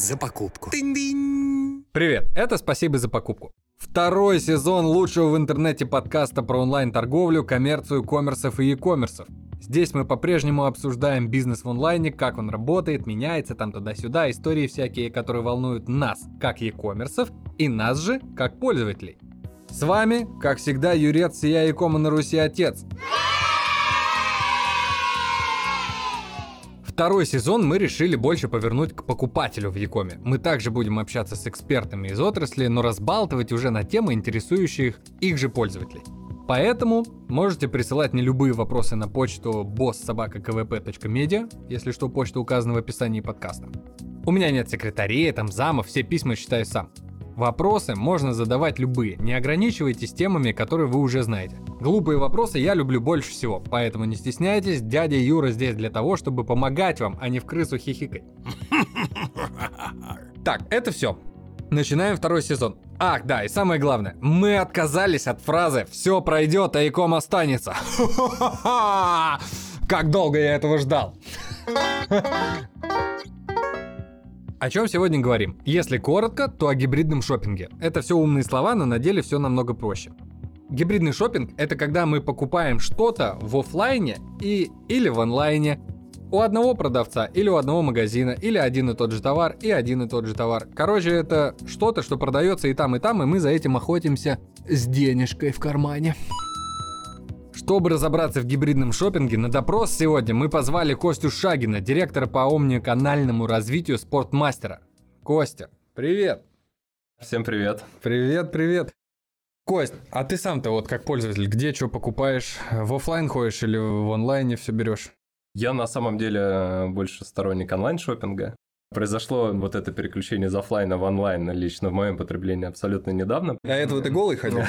за покупку. Тынь-дынь. Привет, это «Спасибо за покупку». Второй сезон лучшего в интернете подкаста про онлайн-торговлю, коммерцию, коммерсов и e-коммерсов. Здесь мы по-прежнему обсуждаем бизнес в онлайне, как он работает, меняется там туда-сюда, истории всякие, которые волнуют нас, как e-коммерсов, и нас же, как пользователей. С вами, как всегда, юрец сия e-кома на Руси отец. Второй сезон мы решили больше повернуть к покупателю в e-коме. Мы также будем общаться с экспертами из отрасли, но разбалтывать уже на темы, интересующие их же пользователей. Поэтому можете присылать мне любые вопросы на почту boss@kvp.media, если что, почта указана в описании подкаста. У меня нет секретарей, там замов, все письма читаю сам. Вопросы можно задавать любые, не ограничивайтесь темами, которые вы уже знаете. Глупые вопросы я люблю больше всего, поэтому не стесняйтесь, дядя Юра здесь для того, чтобы помогать вам, а не в крысу хихикать. Так, это все. Начинаем второй сезон. Ах, да, и самое главное, мы отказались от фразы «все пройдет, а e-ком останется». Как долго я этого ждал. О чем сегодня говорим? Если коротко, то о гибридном шопинге. Это все умные слова, но на деле все намного проще. Гибридный шопинг – это когда мы покупаем что-то в офлайне или в онлайне, у одного продавца или у одного магазина, или один и тот же товар и один и тот же товар. Короче, это что-то, что продается и там, и мы за этим охотимся с денежкой в кармане. Чтобы разобраться в гибридном шопинге, на допрос сегодня мы позвали Костю Шагина, директора по омниканальному развитию Спортмастера. Костя, привет! Всем привет! Привет! Кость, а ты сам-то вот как пользователь, где что покупаешь? В офлайн ходишь или в онлайне все берешь? Я на самом деле больше сторонник онлайн-шоппинга. Произошло вот это переключение из офлайна в онлайн лично в моем потреблении абсолютно недавно. А этого ты голый ходил?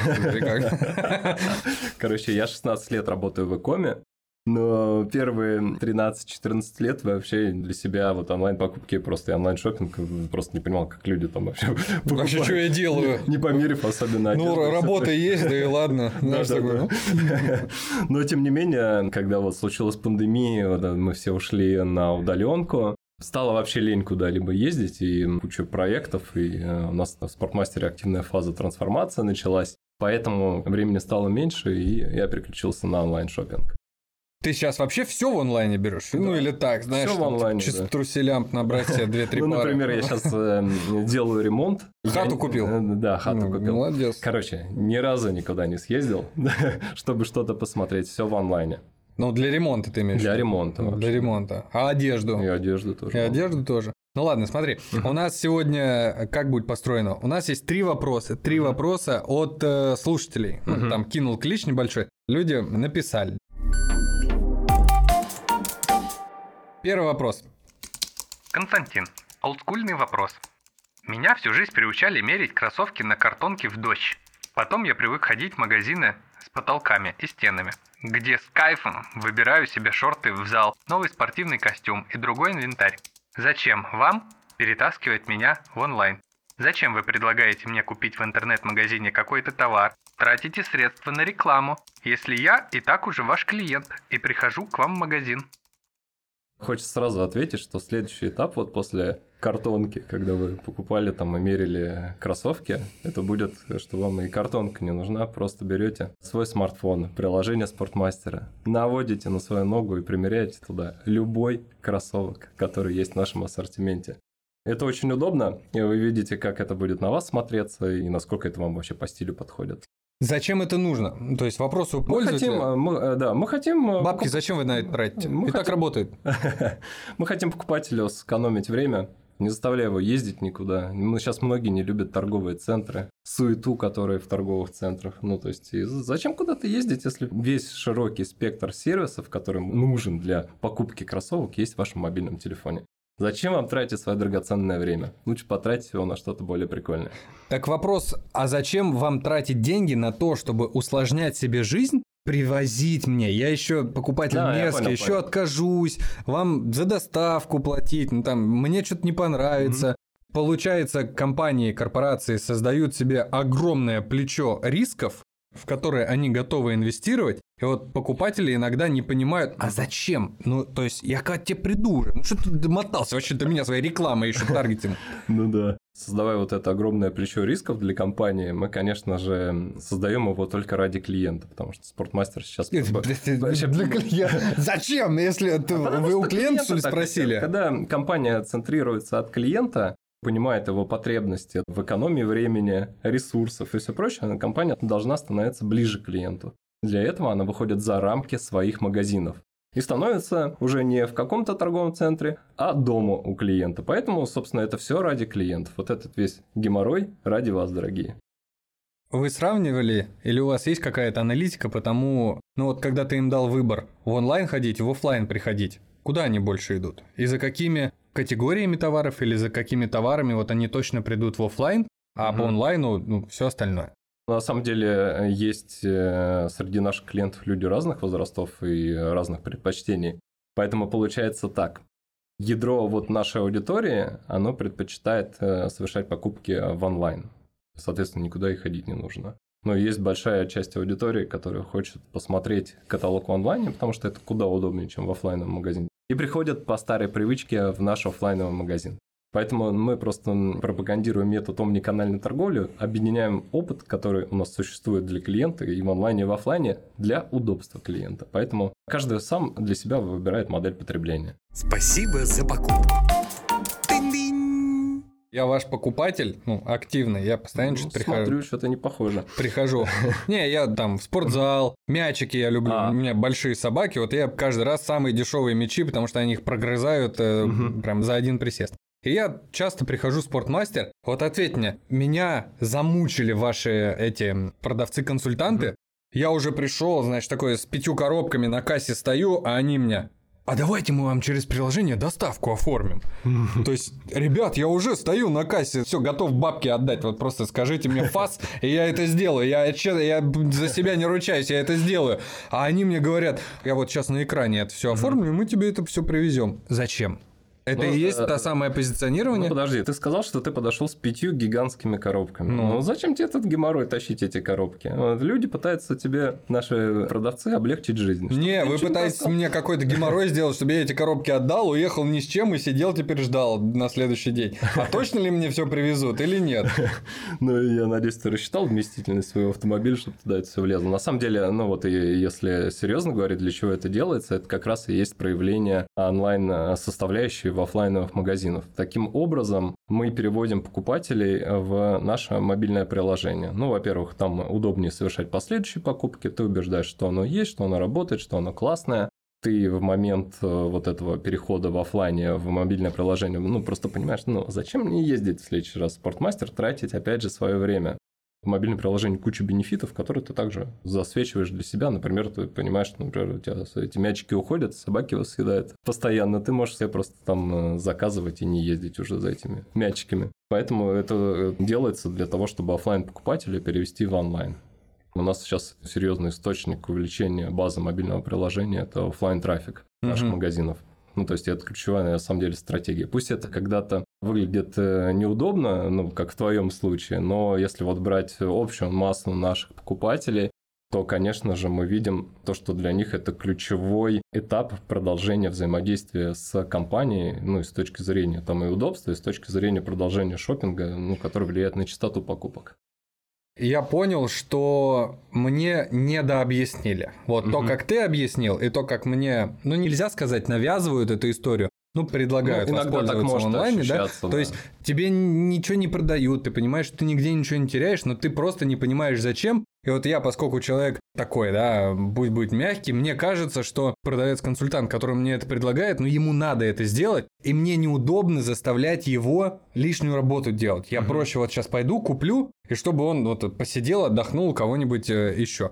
Короче, я 16 лет работаю в e-коме, но первые 13-14 лет вообще для себя вот онлайн-покупки, просто онлайн-шоппинг, просто не понимал, как люди там вообще покупают. Вообще, что я делаю? Не померив особенно одежду. Ну, работа есть, да и ладно. Но, тем не менее, когда вот случилась пандемия, мы все ушли на удаленку, стало вообще лень куда-либо ездить, и куча проектов, и у нас в Спортмастере активная фаза трансформации началась, поэтому времени стало меньше, и я переключился на онлайн-шоппинг. Ты сейчас вообще все в онлайне берешь? Да. Ну или так, знаешь, всё в онлайне, чисто да. труселям набрать себе 2-3 пары. Ну, например, я сейчас делаю ремонт. Хату купил? Да, хату купил. Молодец. Короче, ни разу никуда не съездил, чтобы что-то посмотреть, все в онлайне. Ну, для ремонта ты имеешь? Для ремонта. Для ремонта. А одежду? И одежду тоже. И одежду тоже. Ну ладно, смотри, у нас сегодня как будет построено? У нас есть 3 вопроса. 3 вопроса от слушателей. Там кинул клич небольшой. Люди написали. Первый вопрос. Константин, олдскульный вопрос. Меня всю жизнь приучали мерить кроссовки на картонке в дождь. Потом я привык ходить в магазины с потолками и стенами, где с кайфом выбираю себе шорты в зал, новый спортивный костюм и другой инвентарь. Зачем вам перетаскивать меня в онлайн? Зачем вы предлагаете мне купить в интернет-магазине какой-то товар, тратите средства на рекламу, если я и так уже ваш клиент и прихожу к вам в магазин? Хочется сразу ответить, что следующий этап вот после картонки, когда вы покупали там и мерили кроссовки, это будет, что вам и картонка не нужна, просто берете свой смартфон, приложение Спортмастера, наводите на свою ногу и примеряете туда любой кроссовок, который есть в нашем ассортименте. Это очень удобно, и вы видите, как это будет на вас смотреться и насколько это вам вообще по стилю подходит. Зачем это нужно? То есть вопрос у пользователя. Мы хотим... Бабки зачем вы на это тратите? Так работает. Мы хотим покупателю сэкономить время, не заставляя его ездить никуда. Сейчас многие не любят торговые центры, суету, которая в торговых центрах. Ну, то есть, зачем куда-то ездить, если весь широкий спектр сервисов, который нужен для покупки кроссовок, есть в вашем мобильном телефоне? Зачем вам тратить свое драгоценное время? Лучше потратить его на что-то более прикольное. Так вопрос, а зачем вам тратить деньги на то, чтобы усложнять себе жизнь? Привозить мне, я еще покупатель мерзкий, еще откажусь, вам за доставку платить, ну там, мне что-то не понравится. Получается, компании, корпорации создают себе огромное плечо рисков, в которые они готовы инвестировать. И вот покупатели иногда не понимают, а зачем? Ну, то есть, я как тебе приду уже. Ну, что ты домотался вообще до меня своей рекламой еще таргетинг? Ну да. Создавая вот это огромное плечо рисков для компании, мы, конечно же, создаем его только ради клиента, потому что Спортмастер сейчас... Для клиента. Зачем? Если вы у клиента, что ли, спросили? Когда компания центрируется от клиента, понимает его потребности в экономии времени, ресурсов и все прочее, компания должна становиться ближе к клиенту. Для этого она выходит за рамки своих магазинов и становится уже не в каком-то торговом центре, а дома у клиента. Поэтому, собственно, это все ради клиентов. Вот этот весь геморрой ради вас, дорогие. Вы сравнивали, или у вас есть какая-то аналитика по тому, ну вот когда ты им дал выбор, в онлайн ходить, в офлайн приходить, куда они больше идут? И за какими категориями товаров или за какими товарами вот они точно придут в офлайн, а по онлайну все остальное? На самом деле есть среди наших клиентов люди разных возрастов и разных предпочтений. Поэтому получается так. Ядро вот нашей аудитории, оно предпочитает совершать покупки в онлайн. Соответственно, никуда и ходить не нужно. Но есть большая часть аудитории, которая хочет посмотреть каталог в онлайне, потому что это куда удобнее, чем в офлайновом магазине. И приходят по старой привычке в наш офлайновый магазин. Поэтому мы просто пропагандируем метод омниканальной торговли, объединяем опыт, который у нас существует для клиента и в онлайне, и в офлайне для удобства клиента. Поэтому каждый сам для себя выбирает модель потребления. Спасибо за покупку. Я ваш покупатель, активный, я постоянно что-то Смотрю, что-то не похоже. Прихожу. Не, я там в спортзал, мячики я люблю, у меня большие собаки, вот я каждый раз самые дешевые мячи, потому что они их прогрызают прям за один присест. И я часто прихожу в Спортмастер, вот ответь мне, меня замучили ваши эти продавцы-консультанты, я уже пришел, значит, такой с 5 коробками на кассе стою, а они мне... А давайте мы вам через приложение доставку оформим. То есть, ребят, я уже стою на кассе, все, готов бабки отдать. Вот просто скажите мне фас, и я это сделаю. Я за себя не ручаюсь, я это сделаю. А они мне говорят, я вот сейчас на экране это все оформлю, и мы тебе это все привезем. Зачем? Это и есть та самое позиционирование? Ну, подожди, ты сказал, что ты подошел с 5 гигантскими коробками. Ну, зачем тебе этот геморрой тащить эти коробки? Вот, люди пытаются тебе, наши продавцы, облегчить жизнь. Не, вы пытаетесь мне какой-то геморрой сделать, чтобы я эти коробки отдал, уехал ни с чем и сидел теперь ждал на следующий день. А точно ли мне все привезут или нет? Ну, я надеюсь, ты рассчитал вместительность своего автомобиля, чтобы туда это все влезло. На самом деле, если серьезно говорить, для чего это делается, это как раз и есть проявление онлайн-составляющей в офлайновых магазинах. Таким образом, мы переводим покупателей в наше мобильное приложение. Ну, во-первых, там удобнее совершать последующие покупки, ты убеждаешь, что оно есть, что оно работает, что оно классное. Ты в момент вот этого перехода в офлайне в мобильное приложение, просто понимаешь, зачем мне ездить в следующий раз в Спортмастер, тратить опять же свое время. В мобильном приложении куча бенефитов, которые ты также засвечиваешь для себя. Например, ты понимаешь, что, например, у тебя эти мячики уходят, собаки его съедают постоянно. Ты можешь себе просто там заказывать и не ездить уже за этими мячиками. Поэтому это делается для того, чтобы офлайн-покупателя перевести в онлайн. У нас сейчас серьезный источник увеличения базы мобильного приложения – это офлайн-трафик наших магазинов. То есть, это ключевая, на самом деле, стратегия. Пусть это когда-то выглядит неудобно, как в твоем случае, но если вот брать общую массу наших покупателей, то, конечно же, мы видим то, что для них это ключевой этап продолжения взаимодействия с компанией, с точки зрения и удобства, и с точки зрения продолжения шопинга, который влияет на частоту покупок. Я понял, что мне недообъяснили. Вот то, как ты объяснил, и то, как мне, нельзя сказать, навязывают эту историю, предлагают воспользоваться в онлайне, да? То есть тебе ничего не продают, ты понимаешь, что ты нигде ничего не теряешь, но ты просто не понимаешь, зачем. И вот я, поскольку человек такой, да, пусть будет мягкий, мне кажется, что продавец-консультант, который мне это предлагает, ему надо это сделать, и мне неудобно заставлять его лишнюю работу делать. Я проще вот сейчас пойду, куплю, и чтобы он посидел, отдохнул у кого-нибудь еще.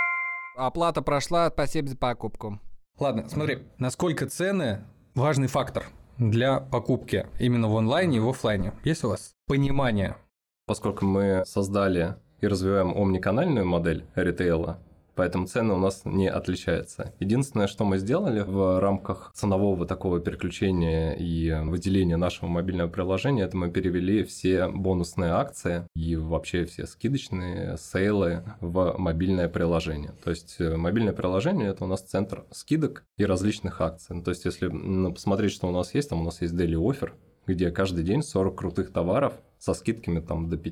Оплата прошла, спасибо за покупку. Ладно, смотри, насколько цены важный фактор для покупки именно в онлайне и в офлайне. Есть у вас понимание? Поскольку мы создали и развиваем омниканальную модель ритейла, Поэтому цены у нас не отличаются. Единственное, что мы сделали в рамках ценового такого переключения и выделения нашего мобильного приложения, это мы перевели все бонусные акции и вообще все скидочные сейлы в мобильное приложение. То есть мобильное приложение – это у нас центр скидок и различных акций. То есть если посмотреть, что у нас есть, там у нас есть Daily Offer, где каждый день 40 крутых товаров со скидками там до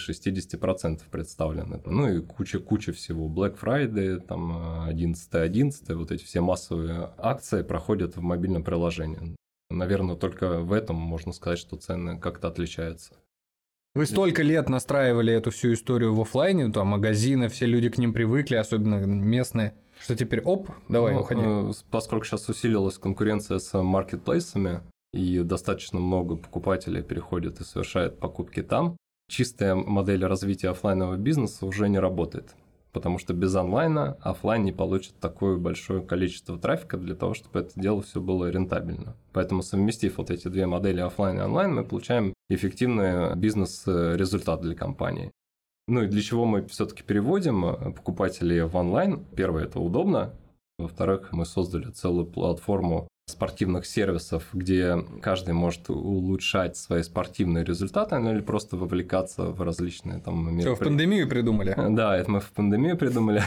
50-60% представлены. Ну и куча всего. Black Friday, там 11.11, вот эти все массовые акции проходят в мобильном приложении. Наверное, только в этом можно сказать, что цены как-то отличаются. Вы столько лет настраивали эту всю историю в офлайне, там магазины, все люди к ним привыкли, особенно местные, что теперь давай, уходи. Поскольку сейчас усилилась конкуренция с маркетплейсами, и достаточно много покупателей переходит и совершает покупки там, чистая модель развития офлайнового бизнеса уже не работает. Потому что без онлайна офлайн не получит такое большое количество трафика для того, чтобы это дело все было рентабельно. Поэтому, совместив вот эти две модели офлайн и онлайн, мы получаем эффективный бизнес-результат для компании. Ну и для чего мы все-таки переводим покупателей в онлайн? Первое, это удобно. Во-вторых, мы создали целую платформу спортивных сервисов, где каждый может улучшать свои спортивные результаты, ну или просто вовлекаться в различные там мероприятия. Что, в пандемию придумали? Да, это мы в пандемию придумали.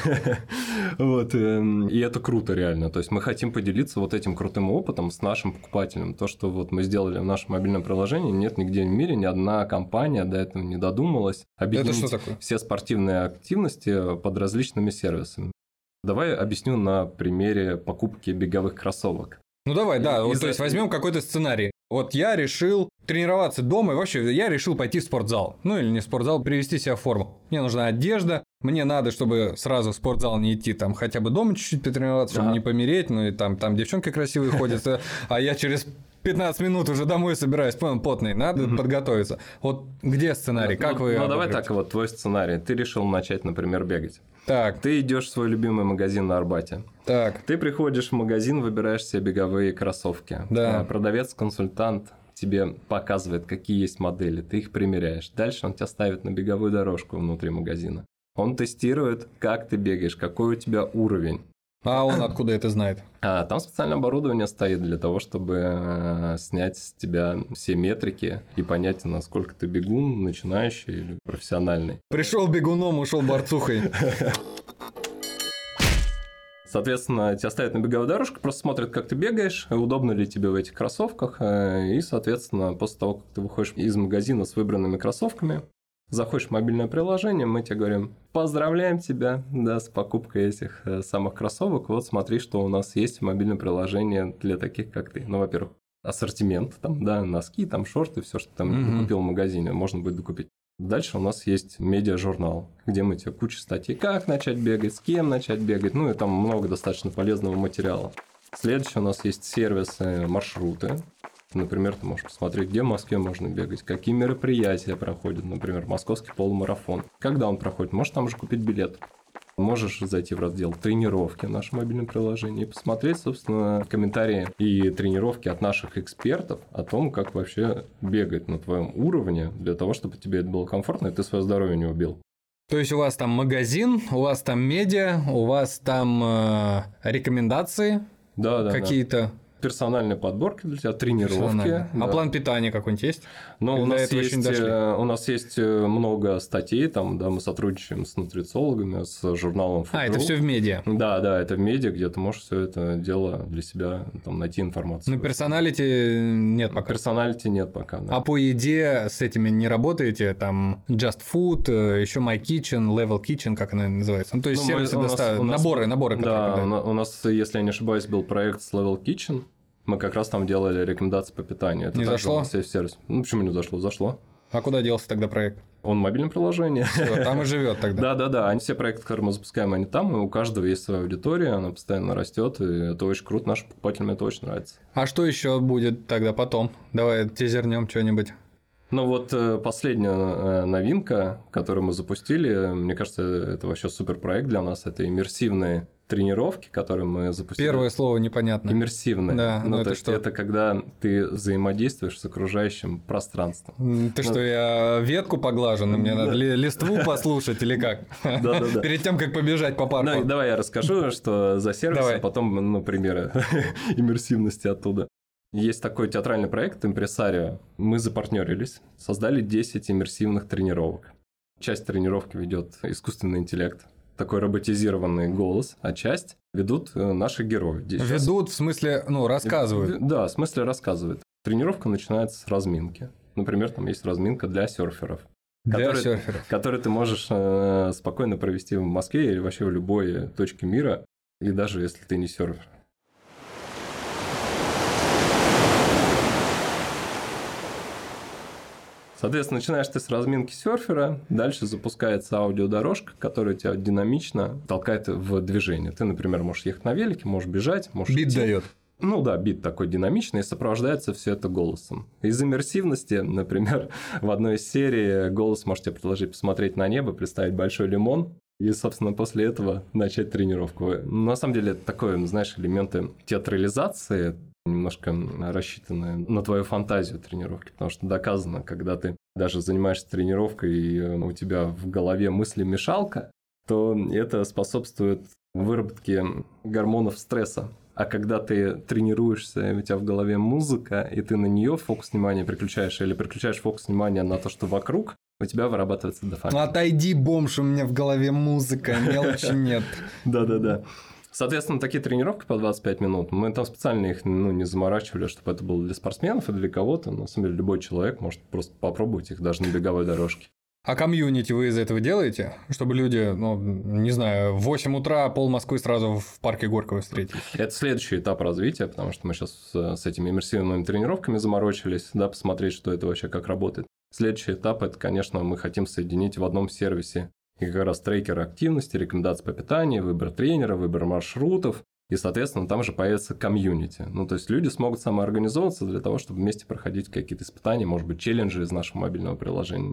Вот. И это круто реально. То есть мы хотим поделиться вот этим крутым опытом с нашим покупателем. То, что вот мы сделали в нашем мобильном приложении, нет нигде в мире, ни одна компания до этого не додумалась объединить все спортивные активности под различными сервисами. Давай объясню на примере покупки беговых кроссовок. Ну давай, да, вот, то есть возьмем какой-то сценарий. Вот я решил тренироваться дома, и вообще я решил пойти в спортзал. Ну или не в спортзал, привести себя в форму. Мне нужна одежда, мне надо, чтобы сразу в спортзал не идти, там хотя бы дома чуть-чуть потренироваться, чтобы не помереть, ну и там девчонки красивые ходят, а я через 15 минут уже домой собираюсь, потный, надо подготовиться. Вот где сценарий, как вы... Ну давай так, вот твой сценарий. Ты решил начать, например, бегать. Так. Ты идешь в свой любимый магазин на Арбате. Так. Ты приходишь в магазин, выбираешь себе беговые кроссовки. Да. Продавец-консультант тебе показывает, какие есть модели, ты их примеряешь. Дальше он тебя ставит на беговую дорожку внутри магазина. Он тестирует, как ты бегаешь, какой у тебя уровень. А он откуда это знает? Там специальное оборудование стоит для того, чтобы снять с тебя все метрики и понять, насколько ты бегун, начинающий или профессиональный. Пришел бегуном, ушел борцухой. Соответственно, тебя ставят на беговую дорожку, просто смотрят, как ты бегаешь, удобно ли тебе в этих кроссовках. И, соответственно, после того, как ты выходишь из магазина с выбранными кроссовками, заходишь в мобильное приложение, мы тебе говорим: поздравляем тебя, да, с покупкой этих самых кроссовок. Вот смотри, что у нас есть в мобильном приложении для таких, как ты. Ну, во-первых, ассортимент, там, да, носки, там, шорты, все, что там купил в магазине, можно будет докупить. Дальше у нас есть медиа-журнал, где мы тебе кучу статей, как начать бегать, с кем начать бегать, ну и там много достаточно полезного материала. Следующее у нас есть сервисы, маршруты. Например, ты можешь посмотреть, где в Москве можно бегать, какие мероприятия проходят, например, московский полумарафон. Когда он проходит, можешь там же купить билет. Можешь зайти в раздел «Тренировки» в нашем мобильном приложении и посмотреть, собственно, комментарии и тренировки от наших экспертов о том, как вообще бегать на твоем уровне для того, чтобы тебе это было комфортно и ты свое здоровье не убил. То есть у вас там магазин, у вас там медиа, у вас там рекомендации какие-то? Персональные подборки для тебя, тренировки. А план питания какой-нибудь есть? Ну, у нас есть много статей, там, да, мы сотрудничаем с нутрициологами, с журналом Food.ru. Это все в медиа? Да, это в медиа, где ты можешь все это дело для себя там найти информацию. Ну, персоналити нет пока? Персоналити нет пока, да. А по еде с этими не работаете? Там Just Food, еще My Kitchen, Level Kitchen, как она называется? Ну, то есть сервисы наборы. Да, у нас, если я не ошибаюсь, был проект с Level Kitchen. Мы как раз там делали рекомендации по питанию. Это не зашло? Сервис. Ну, почему не зашло? Зашло. А куда делся тогда проект? Он в мобильном приложении. Всё, там и живет тогда. Да. Они все проекты, которые мы запускаем, они там, и у каждого есть своя аудитория, она постоянно растет, и это очень круто, нашим покупателям это очень нравится. А что еще будет тогда потом? Давай тизернем что-нибудь. Ну вот последняя новинка, которую мы запустили, мне кажется, это вообще супер проект для нас, это иммерсивные тренировки, которые мы запустили. Первое слово непонятно. Иммерсивные. Да, ну, это то есть что? это когда ты взаимодействуешь с окружающим пространством. Ты что, я ветку поглажу, но мне надо листву послушать или как? Да-да-да. Перед тем, как побежать по парку. Ну, давай я расскажу, что за сервис, Давай. а потом, примеры иммерсивности оттуда. Есть такой театральный проект «Импресарио». Мы запартнерились, создали 10 иммерсивных тренировок. Часть тренировки ведет искусственный интеллект, такой роботизированный голос, а часть ведут наши герои. Ведут, в смысле, рассказывают. Да, в смысле рассказывают. Тренировка начинается с разминки. Например, там есть разминка для серферов. Для серферов. Который ты можешь спокойно провести в Москве или вообще в любой точке мира, и даже если ты не серфер. Соответственно, начинаешь ты с разминки серфера, дальше запускается аудиодорожка, которая тебя динамично толкает в движение. Ты, например, можешь ехать на велике, можешь бежать, можешь Бит идти. дает. Ну да, бит такой динамичный, и сопровождается все это голосом. Из иммерсивности, например, в одной из серий голос может тебе предложить посмотреть на небо, представить большой лимон, и, собственно, после этого начать тренировку. На самом деле, это такое, знаешь, элементы театрализации, немножко рассчитанные на твою фантазию тренировки, потому что доказано, когда ты даже занимаешься тренировкой, и у тебя в голове мысли-мешалка, то это способствует выработке гормонов стресса. А когда ты тренируешься, у тебя в голове музыка, и ты на нее фокус внимания переключаешь, или переключаешь фокус внимания на то, что вокруг, у тебя вырабатывается дофамин. Отойди, бомж, у меня в голове музыка, мелочи нет. Да-да-да. Соответственно, такие тренировки по 25 минут, мы там специально их не заморачивали, чтобы это было для спортсменов и для кого-то. Но, на самом деле, любой человек может просто попробовать их даже на беговой дорожке. А комьюнити вы из этого делаете? Чтобы люди, не знаю, в 8 утра пол Москвы сразу в парке Горького встретились? Это следующий этап развития, потому что мы сейчас с этими иммерсивными тренировками заморочились, да, посмотреть, что это вообще как работает. Следующий этап – это, конечно, мы хотим соединить в одном сервисе и как раз трекеры активности, рекомендации по питанию, выбор тренера, выбор маршрутов. И, соответственно, там же появится комьюнити. Ну, то есть, люди смогут самоорганизовываться для того, чтобы вместе проходить какие-то испытания, может быть, челленджи из нашего мобильного приложения.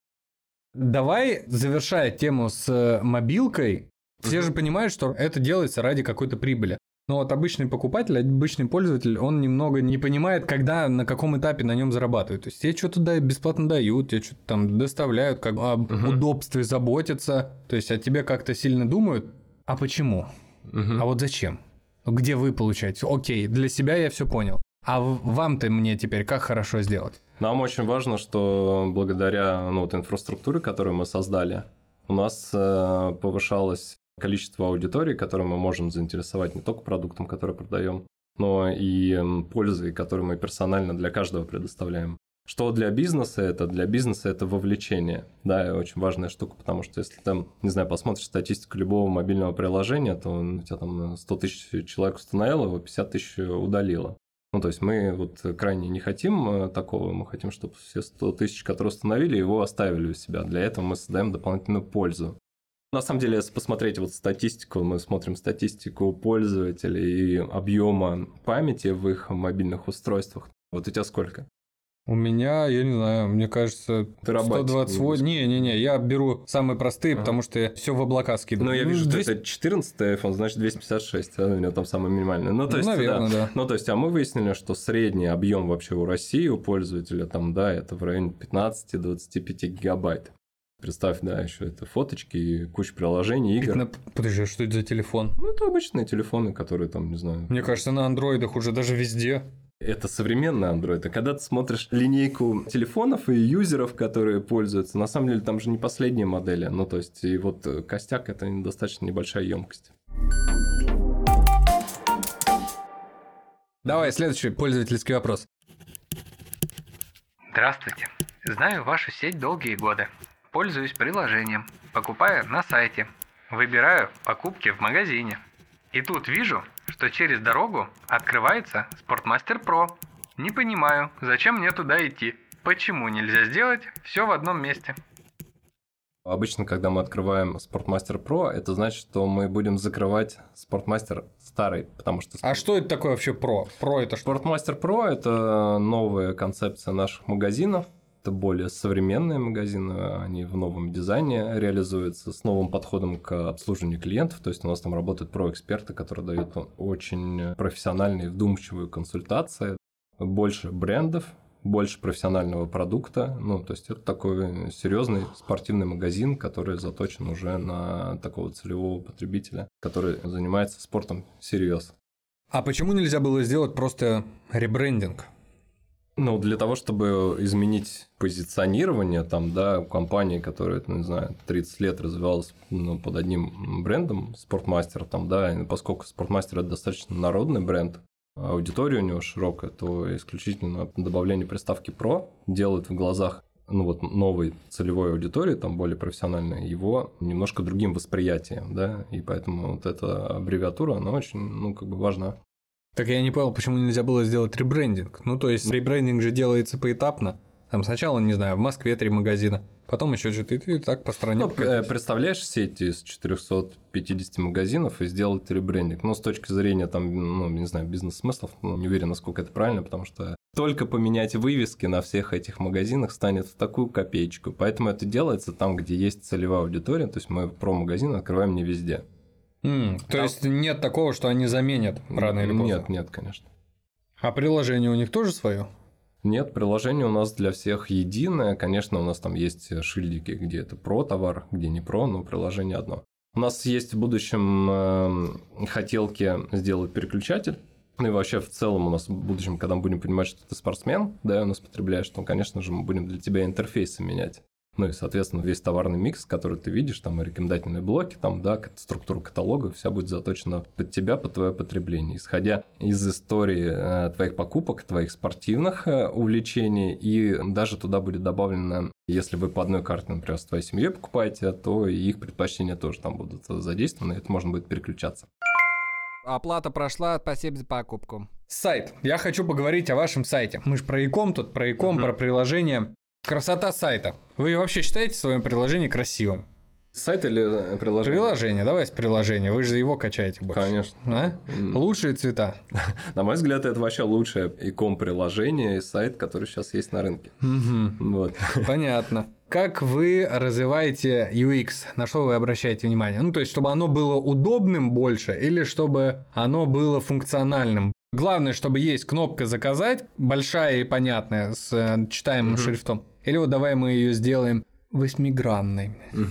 Давай, завершая тему с мобилкой, все же понимают, что это делается ради какой-то прибыли. Но вот обычный покупатель, обычный пользователь, он немного не понимает, когда, на каком этапе на нем зарабатывают. То есть, тебе что-то бесплатно дают, тебе что-то там доставляют, как об удобстве заботятся. То есть, о тебе как-то сильно думают. А почему? А вот зачем? Где вы получаете? Окей, для себя я все понял. А вам-то мне теперь как хорошо сделать? Нам очень важно, что благодаря инфраструктуре, которую мы создали, у нас повышалось количество аудитории, которую мы можем заинтересовать не только продуктом, который продаем, но и пользой, которую мы персонально для каждого предоставляем. Что для бизнеса это? Для бизнеса это вовлечение. Да, очень важная штука, потому что если ты, не знаю, посмотришь статистику любого мобильного приложения, то у тебя там 100 тысяч человек установило, его 50 тысяч удалило. Ну, то есть, мы вот крайне не хотим такого, мы хотим, чтобы все 100 тысяч, которые установили, его оставили у себя. Для этого мы создаем дополнительную пользу. На самом деле, если посмотреть вот статистику, мы смотрим статистику пользователей и объема памяти в их мобильных устройствах. Вот у тебя сколько? У меня, я не знаю, мне кажется, Терабайтик, 128. Не, я беру самые простые, потому что все в облака скидываю. Ну, я вижу, 200... что это 14-й iPhone, значит, 256, у него там самый минимальный. Ну, то есть, наверное, да. Ну, то есть, а мы выяснили, что средний объем вообще у России, у пользователя, там, да, это в районе 15-25 гигабайт. Представь, да, еще это фоточки и куча приложений, игр. Подожди, а что это за телефон? Ну, это обычные телефоны, которые там, не знаю... Мне кажется, на андроидах уже даже везде. Это современный Android. А когда ты смотришь линейку телефонов и юзеров, которые пользуются, на самом деле там же не последние модели. Ну, то есть, и вот костяк – это достаточно небольшая емкость. Давай, следующий пользовательский вопрос. Здравствуйте. Знаю вашу сеть долгие годы. Пользуюсь приложением, покупаю на сайте, выбираю покупки в магазине. И тут вижу, что через дорогу открывается Sportmaster Pro. Не понимаю, зачем мне туда идти? Почему нельзя сделать все в одном месте? Обычно, когда мы открываем Sportmaster Pro, это значит, что мы будем закрывать Sportmaster старый, потому что... А что это такое вообще Pro? Pro это что? Sportmaster Pro – это новая концепция наших магазинов. Это более современные магазины, они в новом дизайне реализуются, с новым подходом к обслуживанию клиентов. То есть у нас там работают про-эксперты, которые дают очень профессиональные, вдумчивые консультации, больше брендов, больше профессионального продукта. Ну, то есть это такой серьезный спортивный магазин, который заточен уже на такого целевого потребителя, который занимается спортом всерьез. А почему нельзя было сделать просто ребрендинг? Ну, для того, чтобы изменить позиционирование там, да, у компании, которая, не знаю, 30 лет развивалась под одним брендом, Спортмастер, там, да, и поскольку Спортмастер – это достаточно народный бренд, аудитория у него широкая, то исключительно добавление приставки «Про» делает в глазах новой целевой аудитории, там более профессиональной, его немножко другим восприятием, да, и поэтому вот эта аббревиатура, она очень, важна. Так я не понял, почему нельзя было сделать ребрендинг. Ну, то есть, ребрендинг же делается поэтапно. Там сначала, не знаю, в Москве 3 магазина, потом еще что-то, и так по стране. Представляешь сеть из 450 магазинов и сделать ребрендинг? Ну, с точки зрения, там, не знаю, бизнес-смыслов, не уверен, насколько это правильно, потому что только поменять вывески на всех этих магазинах станет в такую копеечку. Поэтому это делается там, где есть целевая аудитория, то есть мы про-магазин открываем не везде. То есть нет такого, что они заменят рано или поздно? Нет, конечно. А приложение у них тоже свое? Нет, приложение у нас для всех единое. Конечно, у нас там есть шильдики, где это про товар, где не про, но приложение одно. У нас есть в будущем хотелки сделать переключатель. Ну и вообще в целом у нас в будущем, когда мы будем понимать, что ты спортсмен, да, у нас потребляешь, то, конечно же, мы будем для тебя интерфейсы менять. Ну и, соответственно, весь товарный микс, который ты видишь, там рекомендательные блоки, там, да, структура каталога, вся будет заточена под тебя, под твое потребление, исходя из истории твоих покупок, твоих спортивных увлечений, и даже туда будет добавлено, если вы по одной карте, например, с твоей семьей покупаете, то и их предпочтения тоже там будут задействованы, и это можно будет переключаться. Оплата прошла, спасибо за покупку. Сайт. Я хочу поговорить о вашем сайте. Мы же про иком тут, про приложение. Красота сайта. Вы вообще считаете свое приложение красивым? Сайт или приложение? Приложение. Давайте приложение. Вы же его качаете больше. Конечно. Лучшие цвета. На мой взгляд, это вообще лучшее иком-приложение и сайт, который сейчас есть на рынке. Вот. Понятно. Как вы развиваете UX? На что вы обращаете внимание? Ну, то есть, чтобы оно было удобным больше или чтобы оно было функциональным? Главное, чтобы есть кнопка «Заказать», большая и понятная, с читаемым шрифтом. Или вот давай мы ее сделаем 8-гранной.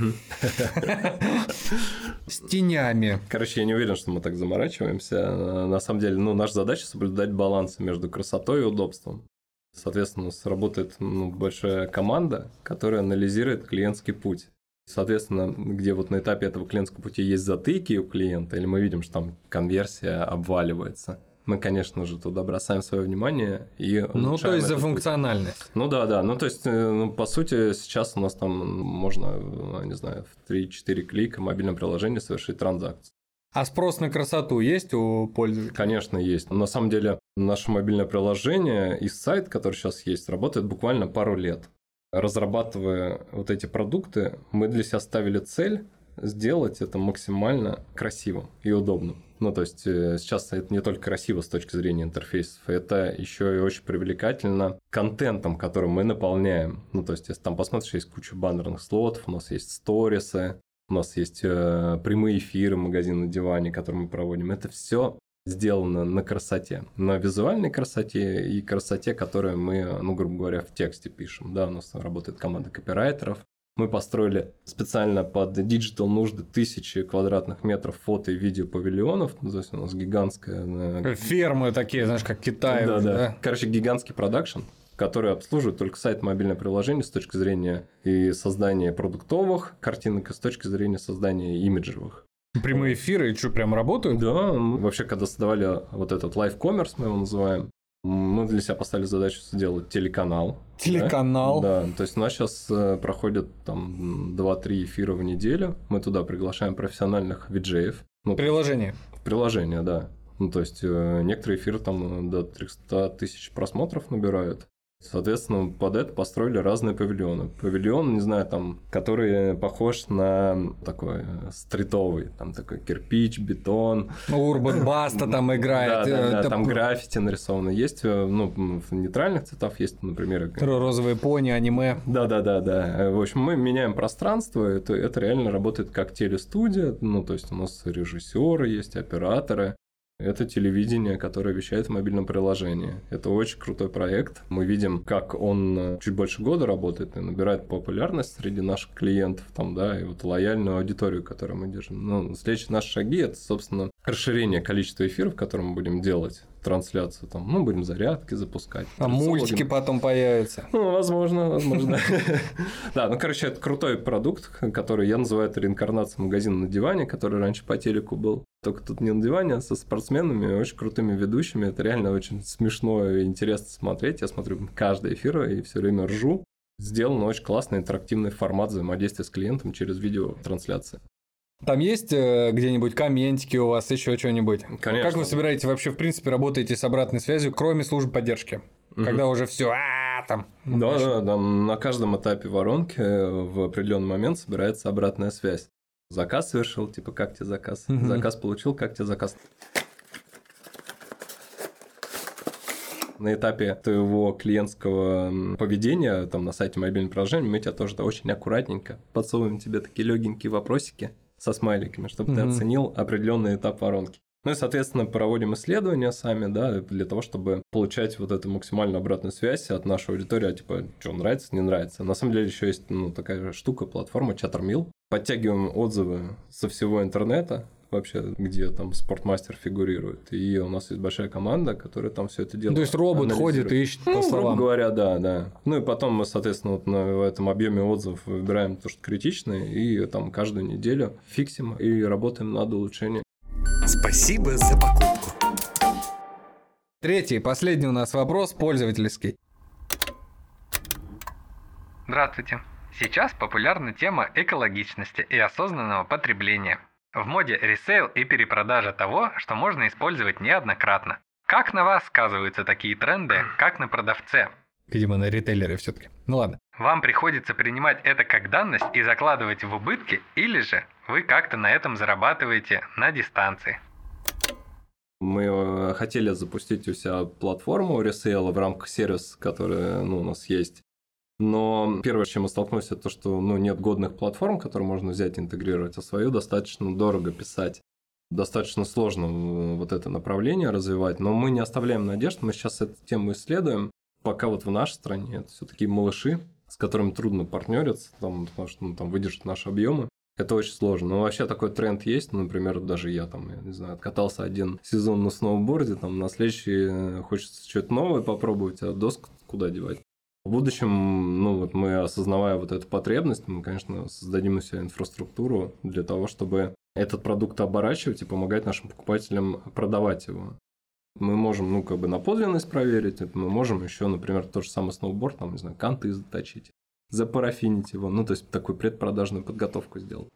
С тенями. Короче, я не уверен, что мы так заморачиваемся. На самом деле, наша задача соблюдать баланс между красотой и удобством. Соответственно, у нас работает большая команда, которая анализирует клиентский путь. Соответственно, где вот на этапе этого клиентского пути есть затыки у клиента, или мы видим, что там конверсия обваливается, мы, конечно же, туда бросаем свое внимание и улучшаем то есть за путь. функциональность. Да. То есть, по сути, сейчас у нас там можно, не знаю, в 3-4 клика в мобильном приложении совершить транзакцию. А спрос на красоту есть у пользователей? Конечно, есть. На самом деле, наше мобильное приложение и сайт, который сейчас есть, работает буквально пару лет. Разрабатывая вот эти продукты, мы для себя ставили цель сделать это максимально красивым и удобным. То есть сейчас это не только красиво с точки зрения интерфейсов, это еще и очень привлекательно контентом, которым мы наполняем. То есть, если там посмотришь, есть куча баннерных слотов, у нас есть сторисы, у нас есть прямые эфиры магазин на диване, которые мы проводим. Это все сделано на красоте, на визуальной красоте и красоте, которую мы, грубо говоря, в тексте пишем. Да, у нас работает команда копирайтеров. Мы построили специально под диджитал нужды 1000 квадратных метров фото и видео павильонов. То есть у нас гигантская... Фермы такие, знаешь, как Китай. Да. Короче, гигантский продакшн, который обслуживает только сайт, мобильное приложение с точки зрения и создания продуктовых картинок, и с точки зрения создания имиджевых. Прямые эфиры, и что, прям работают? Да, вообще, когда создавали вот этот лайв-коммерс, мы его называем, мы для себя поставили задачу сделать телеканал. Телеканал? Да, то есть у нас сейчас проходят там 2-3 эфира в неделю, мы туда приглашаем профессиональных виджеев. Приложение? Приложение, да. То есть некоторые эфиры там до 300 тысяч просмотров набирают. Соответственно, под это построили разные павильоны. Павильон, не знаю, там, который похож на такой стритовый, там такой кирпич, бетон. Урбан Баста там играет. Да, там граффити нарисовано. Есть, в нейтральных цветах есть, например... Розовые пони, аниме. Да. В общем, мы меняем пространство, это реально работает как телестудия, то есть у нас режиссеры есть, операторы. Это телевидение, которое вещает в мобильном приложении. Это очень крутой проект. Мы видим, как он чуть больше года работает и набирает популярность среди наших клиентов, и вот лояльную аудиторию, которую мы держим. Следующие наши шаги – это, собственно, расширение количества эфиров, которые мы будем делать, трансляцию, будем зарядки запускать. А мультики потом появятся. Возможно. Да, это крутой продукт, который я называю реинкарнацией магазина на диване, который раньше по телеку был. Только тут не на диване, а со спортсменами, очень крутыми ведущими. Это реально очень смешно и интересно смотреть. Я смотрю каждый эфир и все время ржу. Сделан очень классный интерактивный формат взаимодействия с клиентом через видеотрансляции. Там есть где-нибудь комментики у вас, еще что-нибудь? Конечно. Как вы собираете вообще, в принципе, работаете с обратной связью, кроме службы поддержки? Когда уже все там. Да, на каждом этапе воронки в определенный момент собирается обратная связь. Заказ совершил, как тебе заказ? Заказ получил, как тебе заказ? На этапе твоего клиентского поведения на сайте мобильного приложения мы тебя тоже очень аккуратненько подсовываем тебе такие легенькие вопросики со смайликами, чтобы ты оценил определенный этап воронки. И, соответственно, проводим исследования сами, для того, чтобы получать вот эту максимальную обратную связь от нашей аудитории, что нравится, не нравится. На самом деле еще есть такая штука, платформа Chattermill. Подтягиваем отзывы со всего интернета, вообще, где там спортмастер фигурирует. И у нас есть большая команда, которая там все это делает. То есть робот ходит и ищет по словам. Грубо говоря, да. И потом мы, соответственно, в этом объеме отзывов выбираем то, что критичное, и там каждую неделю фиксим и работаем над улучшением. Спасибо за покупку. Третий, последний у нас вопрос, пользовательский. Здравствуйте. Сейчас популярна тема экологичности и осознанного потребления. В моде ресейл и перепродажа того, что можно использовать неоднократно. Как на вас сказываются такие тренды, как на продавце? Видимо, на ритейлере все-таки. Ладно. Вам приходится принимать это как данность и закладывать в убытки, или же вы как-то на этом зарабатываете на дистанции? Мы хотели запустить у себя платформу ресейла в рамках сервиса, который у нас есть. Но первое, с чем мы столкнулись, это то, что нет годных платформ, которые можно взять и интегрировать, а свою достаточно дорого писать. Достаточно сложно вот это направление развивать, но мы не оставляем надежд, мы сейчас эту тему исследуем. Пока в нашей стране это все такие малыши, с которыми трудно партнериться, потому что выдержат наши объемы. Это очень сложно. Но вообще такой тренд есть. Например, даже я не знаю, откатался один сезон на сноуборде, на следующий хочется что-то новое попробовать, а доску куда девать? В будущем, мы, осознавая вот эту потребность, мы, конечно, создадим у себя инфраструктуру для того, чтобы этот продукт оборачивать и помогать нашим покупателям продавать его. Мы можем, на подлинность проверить, мы можем еще, например, тот же самый сноуборд, канты заточить, запарафинить его, то есть такую предпродажную подготовку сделать.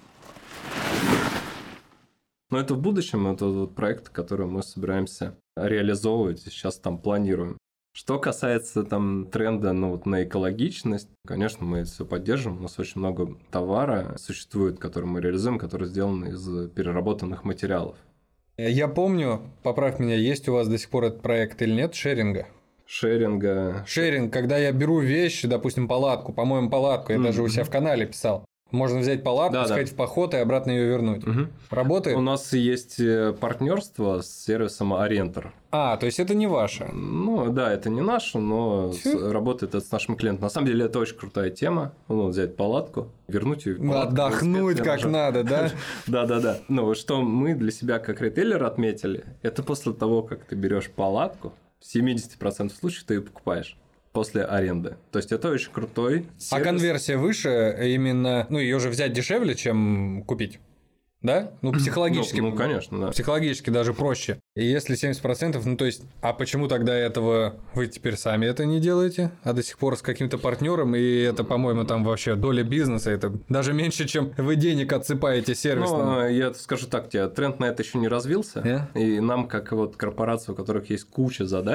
Но это в будущем, это проект, который мы собираемся реализовывать, и сейчас планируем. Что касается тренда на экологичность, конечно, мы это все поддержим. У нас очень много товара существует, который мы реализуем, который сделан из переработанных материалов. Я помню, поправь меня, есть у вас до сих пор этот проект или нет, шеринга? Шеринг, когда я беру вещи, допустим, палатку, по-моему, палатку, я даже у себя в канале писал. Можно взять палатку, сказать в поход и обратно ее вернуть. Работает? У нас есть партнерство с сервисом Арентор. То есть это не ваше? Это не наше, но работает это с нашим клиентом. На самом деле это очень крутая тема. Взять палатку, вернуть ее. Отдохнуть как надо, да? Да. Но что мы для себя как ритейлер отметили, это после того, как ты берешь палатку, в 70% случаев ты ее покупаешь после аренды. То есть это очень крутой сервис. А конверсия выше именно, ее же взять дешевле, чем купить? Да? Психологически. Конечно, да. Психологически даже проще. И если 70%, то есть, а почему тогда этого вы теперь сами это не делаете? А до сих пор с каким-то партнером, и это, по-моему, вообще доля бизнеса, это даже меньше, чем вы денег отсыпаете сервисно. Я скажу так тебе, тренд на это еще не развился. И нам, как корпорация, у которых есть куча задач,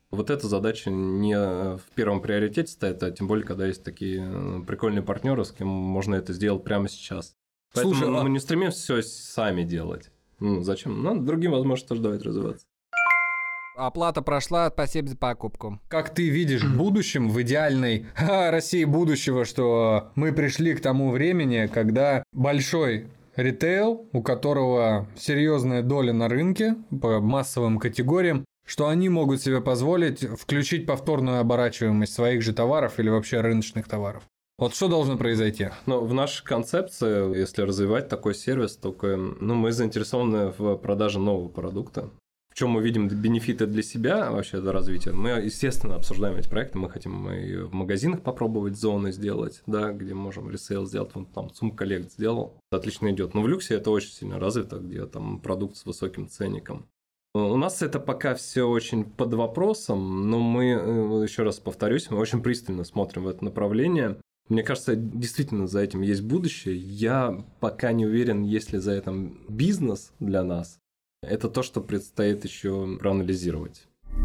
Вот эта задача не в первом приоритете стоит, а тем более, когда есть такие прикольные партнеры, с кем можно это сделать прямо сейчас. Поэтому Слушай, мы не стремимся все сами делать. Зачем? Надо другим возможности тоже давать развиваться. Оплата прошла, спасибо за покупку. Как ты видишь в будущем, в идеальной России будущего, что мы пришли к тому времени, когда большой ритейл, у которого серьезная доля на рынке по массовым категориям, что они могут себе позволить включить повторную оборачиваемость своих же товаров или вообще рыночных товаров. Вот что должно произойти? Но в нашей концепции, если развивать такой сервис, только мы заинтересованы в продаже нового продукта. В чем мы видим бенефиты для себя вообще до развития. Мы, естественно, обсуждаем эти проекты. Мы хотим и в магазинах попробовать зоны сделать, да, где можем ресейл сделать. Вон там Сум-коллект сделал. Отлично идет. Но в люксе это очень сильно развито, где там продукт с высоким ценником. У нас это пока все очень под вопросом, но мы, еще раз повторюсь, мы очень пристально смотрим в это направление. Мне кажется, действительно за этим есть будущее. Я пока не уверен, есть ли за этим бизнес для нас. Это то, что предстоит еще проанализировать.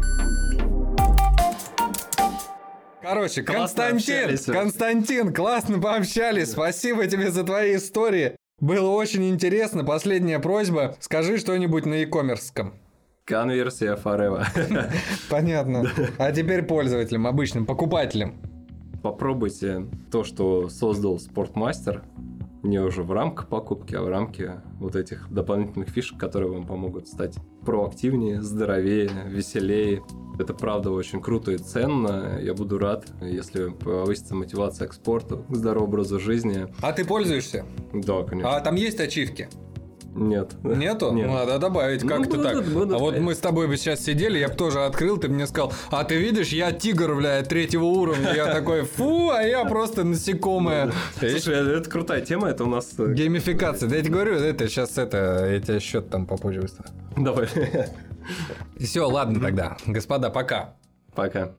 Короче, Классно общались. Константин, классно пообщались. Спасибо тебе за твои истории. Было очень интересно. Последняя просьба. Скажи что-нибудь на e-commerce-ском. Конверсия forever. Понятно. А теперь пользователям, обычным покупателям. Попробуйте то, что создал Спортмастер. Не уже в рамках покупки, а в рамках вот этих дополнительных фишек, которые вам помогут стать проактивнее, здоровее, веселее. Это правда очень круто и ценно. Я буду рад, если повысится мотивация к спорту, к здоровому образу жизни. А ты пользуешься? Да, конечно. А там есть ачивки? Нет. Нету? Нет. Надо добавить как-то так. Будут. А вот мы с тобой бы сейчас сидели, я бы тоже открыл, ты бы мне сказал, а ты видишь, я тигр, бля, 3-го уровня. Я такой, фу, а я просто насекомое. Слушай, это крутая тема, это у нас... Геймификация. Да я тебе говорю, это сейчас я тебе счет там попозже выставлю. Давай. Все, ладно тогда. Господа, пока. Пока.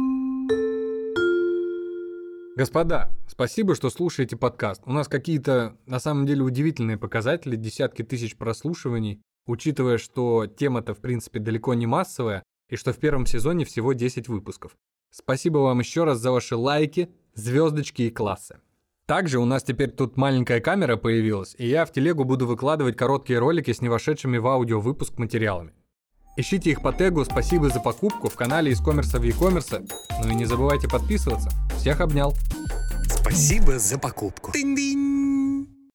Господа, спасибо, что слушаете подкаст. У нас какие-то, на самом деле, удивительные показатели, десятки тысяч прослушиваний, учитывая, что тема-то, в принципе, далеко не массовая, и что в первом сезоне всего 10 выпусков. Спасибо вам еще раз за ваши лайки, звездочки и классы. Также у нас теперь тут маленькая камера появилась, и я в телегу буду выкладывать короткие ролики с не вошедшими в аудиовыпуск материалами. Ищите их по тегу «Спасибо за покупку» в канале из коммерса в e-commerce. Ну и не забывайте подписываться. Всех обнял. Спасибо за покупку. Тынь-дынь.